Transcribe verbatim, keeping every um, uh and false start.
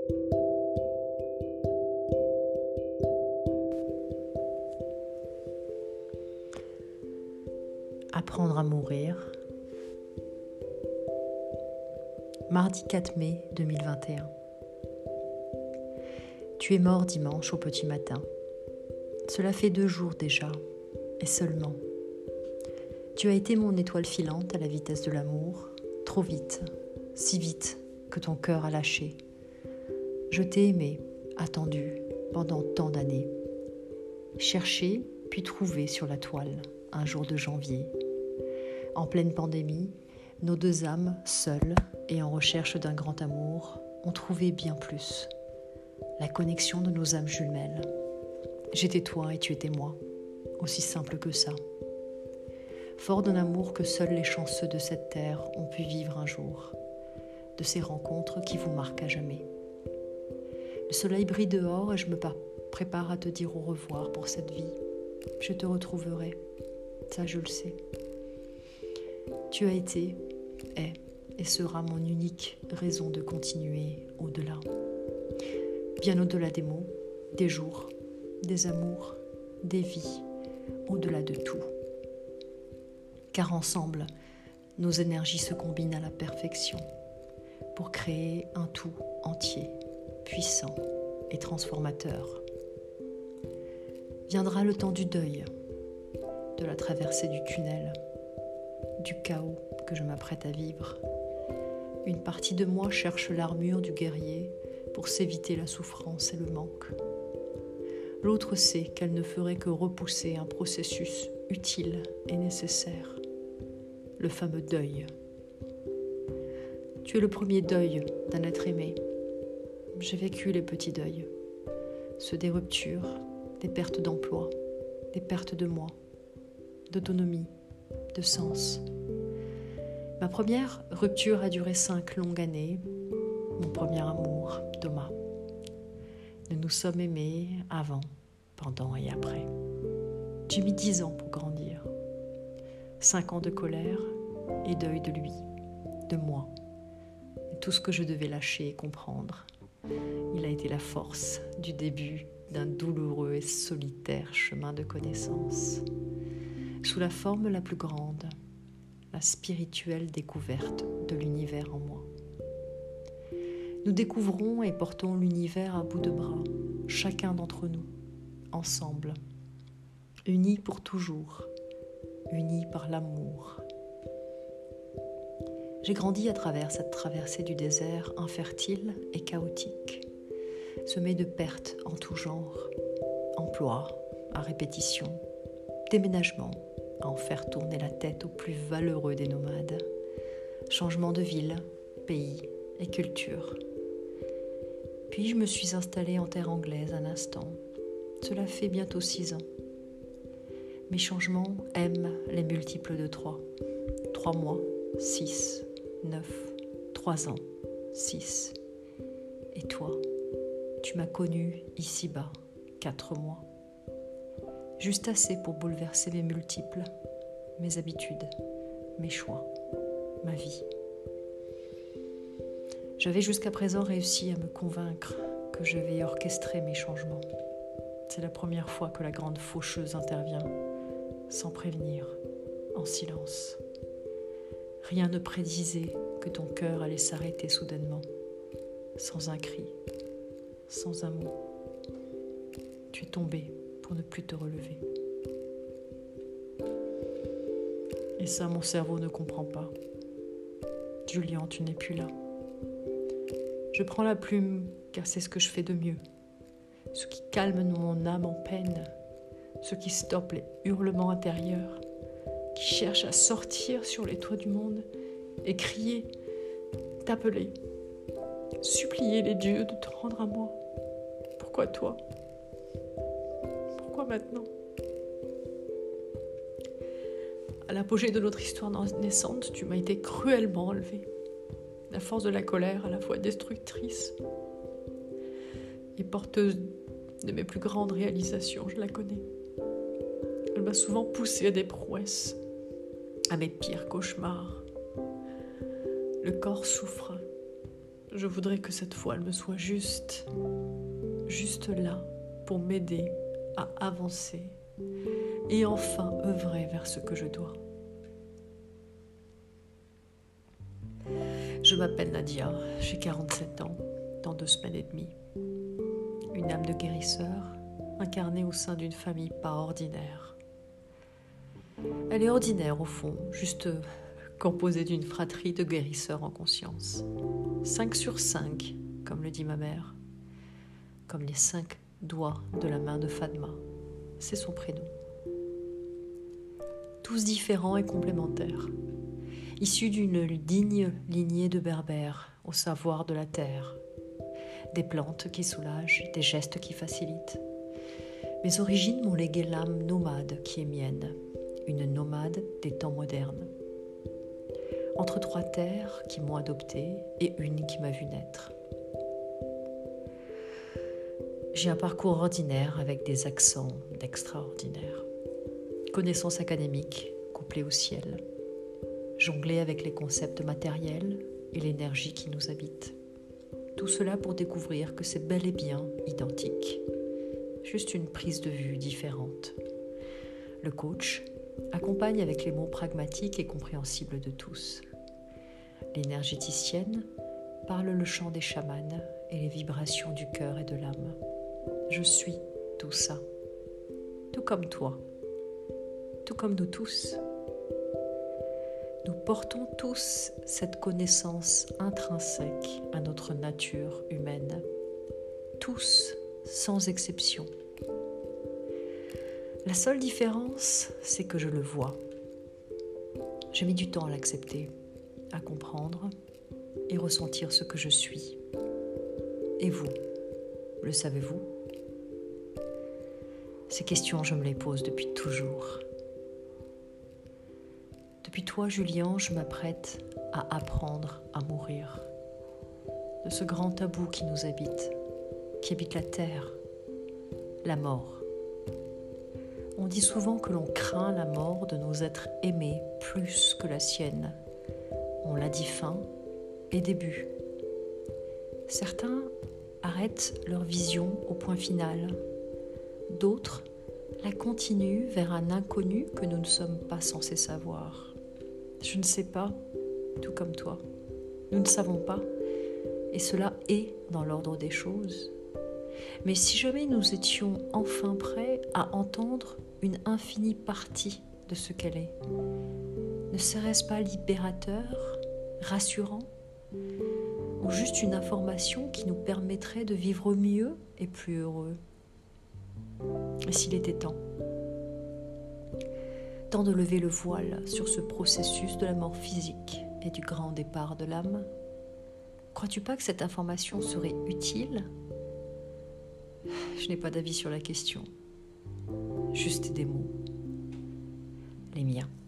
Apprendre à mourir. Mardi quatre mai deux mille vingt et un. Tu es mort dimanche au petit matin. Cela fait deux jours déjà, et seulement. Tu as été mon étoile filante à la vitesse de l'amour, trop vite, si vite que ton cœur a lâché. Je t'ai aimé, attendu, pendant tant d'années. Cherché, puis trouvé sur la toile, un jour de janvier. En pleine pandémie, nos deux âmes, seules et en recherche d'un grand amour, ont trouvé bien plus. La connexion de nos âmes jumelles. J'étais toi et tu étais moi, aussi simple que ça. Fort d'un amour que seuls les chanceux de cette terre ont pu vivre un jour, de ces rencontres qui vous marquent à jamais. Le soleil brille dehors et je me prépare à te dire au revoir pour cette vie. Je te retrouverai, ça je le sais. Tu as été, es et seras mon unique raison de continuer au-delà. Bien au-delà des mots, des jours, des amours, des vies, au-delà de tout. Car ensemble, nos énergies se combinent à la perfection pour créer un tout entier, puissant et transformateur. Viendra le temps du deuil, de la traversée du tunnel, du chaos que je m'apprête à vivre. Une partie de moi cherche l'armure du guerrier pour s'éviter la souffrance et le manque. L'autre sait qu'elle ne ferait que repousser un processus utile et nécessaire, le fameux deuil. Tu es le premier deuil d'un être aimé. J'ai vécu les petits deuils, ceux des ruptures, des pertes d'emploi, des pertes de moi, d'autonomie, de sens. Ma première rupture a duré cinq longues années, mon premier amour, Thomas. Nous nous sommes aimés avant, pendant et après. J'ai mis dix ans pour grandir. Cinq ans de colère et deuil de lui, de moi, et tout ce que je devais lâcher et comprendre. Il a été la force du début d'un douloureux et solitaire chemin de connaissance, sous la forme la plus grande, la spirituelle découverte de l'univers en moi. Nous découvrons et portons l'univers à bout de bras, chacun d'entre nous, ensemble, unis pour toujours, unis par l'amour. J'ai grandi à travers cette traversée du désert infertile et chaotique, semée de pertes en tout genre, emploi à répétition, déménagement à en faire tourner la tête au plus valeureux des nomades, changement de ville, pays et culture. Puis je me suis installée en terre anglaise un instant. Cela fait bientôt six ans. Mes changements aiment les multiples de trois. Trois mois, six, neuf, trois ans, six. Et toi, tu m'as connue ici-bas, quatre mois. Juste assez pour bouleverser mes multiples, mes habitudes, mes choix, ma vie. J'avais jusqu'à présent réussi à me convaincre que je vais orchestrer mes changements. C'est la première fois que la grande faucheuse intervient, sans prévenir, en silence. Rien ne prédisait que ton cœur allait s'arrêter soudainement, sans un cri, sans un mot. Tu es tombé pour ne plus te relever. Et ça, mon cerveau ne comprend pas. Julien, tu n'es plus là. Je prends la plume, car c'est ce que je fais de mieux. Ce qui calme mon âme en peine, ce qui stoppe les hurlements intérieurs, qui cherche à sortir sur les toits du monde et crier, t'appeler, supplier les dieux de te rendre à moi. Pourquoi toi ? Pourquoi maintenant ? À l'apogée de notre histoire naissante, tu m'as été cruellement enlevée. La force de la colère à la fois destructrice et porteuse de mes plus grandes réalisations, je la connais. Elle m'a souvent poussée à des prouesses, à mes pires cauchemars. Le corps souffre, Je voudrais que cette fois, elle me soit juste, juste là pour m'aider à avancer et enfin œuvrer vers ce que je dois. Je m'appelle Nadia, j'ai quarante-sept ans, dans deux semaines et demie. Une âme de guérisseur, incarnée au sein d'une famille pas ordinaire. Elle est ordinaire au fond, juste composée d'une fratrie de guérisseurs en conscience. Cinq sur cinq, comme le dit ma mère, comme les cinq doigts de la main de Fatma, c'est son prénom. Tous différents et complémentaires, issus d'une digne lignée de berbères au savoir de la terre, des plantes qui soulagent, des gestes qui facilitent. Mes origines m'ont légué l'âme nomade qui est mienne, une nomade des temps modernes. Entre trois terres qui m'ont adoptée et une qui m'a vu naître. J'ai un parcours ordinaire avec des accents d'extraordinaire. Connaissances académiques couplées au ciel. Jongler avec les concepts matériels et l'énergie qui nous habite. Tout cela pour découvrir que c'est bel et bien identique. Juste une prise de vue différente. Le coach accompagne avec les mots pragmatiques et compréhensibles de tous. L'énergéticienne parle le chant des chamans et les vibrations du cœur et de l'âme. Je suis tout ça, tout comme toi, tout comme nous tous. Nous portons tous cette connaissance intrinsèque à notre nature humaine, tous sans exception. La seule différence, c'est que je le vois. J'ai mis du temps à l'accepter, à comprendre et ressentir ce que je suis. Et vous, le savez-vous ? Ces questions, je me les pose depuis toujours. Depuis toi, Julien, je m'apprête à apprendre à mourir. De ce grand tabou qui nous habite, qui habite la terre, la mort. On dit souvent que l'on craint la mort de nos êtres aimés plus que la sienne. On l'a dit fin et début. Certains arrêtent leur vision au point final. D'autres la continuent vers un inconnu que nous ne sommes pas censés savoir. Je ne sais pas, tout comme toi. Nous ne savons pas, et cela est dans l'ordre des choses. Mais si jamais nous étions enfin prêts à entendre une infinie partie de ce qu'elle est, ne serait-ce pas libérateur, rassurant, ou juste une information qui nous permettrait de vivre mieux et plus heureux? Et s'il était temps, temps de lever le voile sur ce processus de la mort physique et du grand départ de l'âme, crois-tu pas que cette information serait utile ? Je n'ai pas d'avis sur la question, juste des mots, les miens.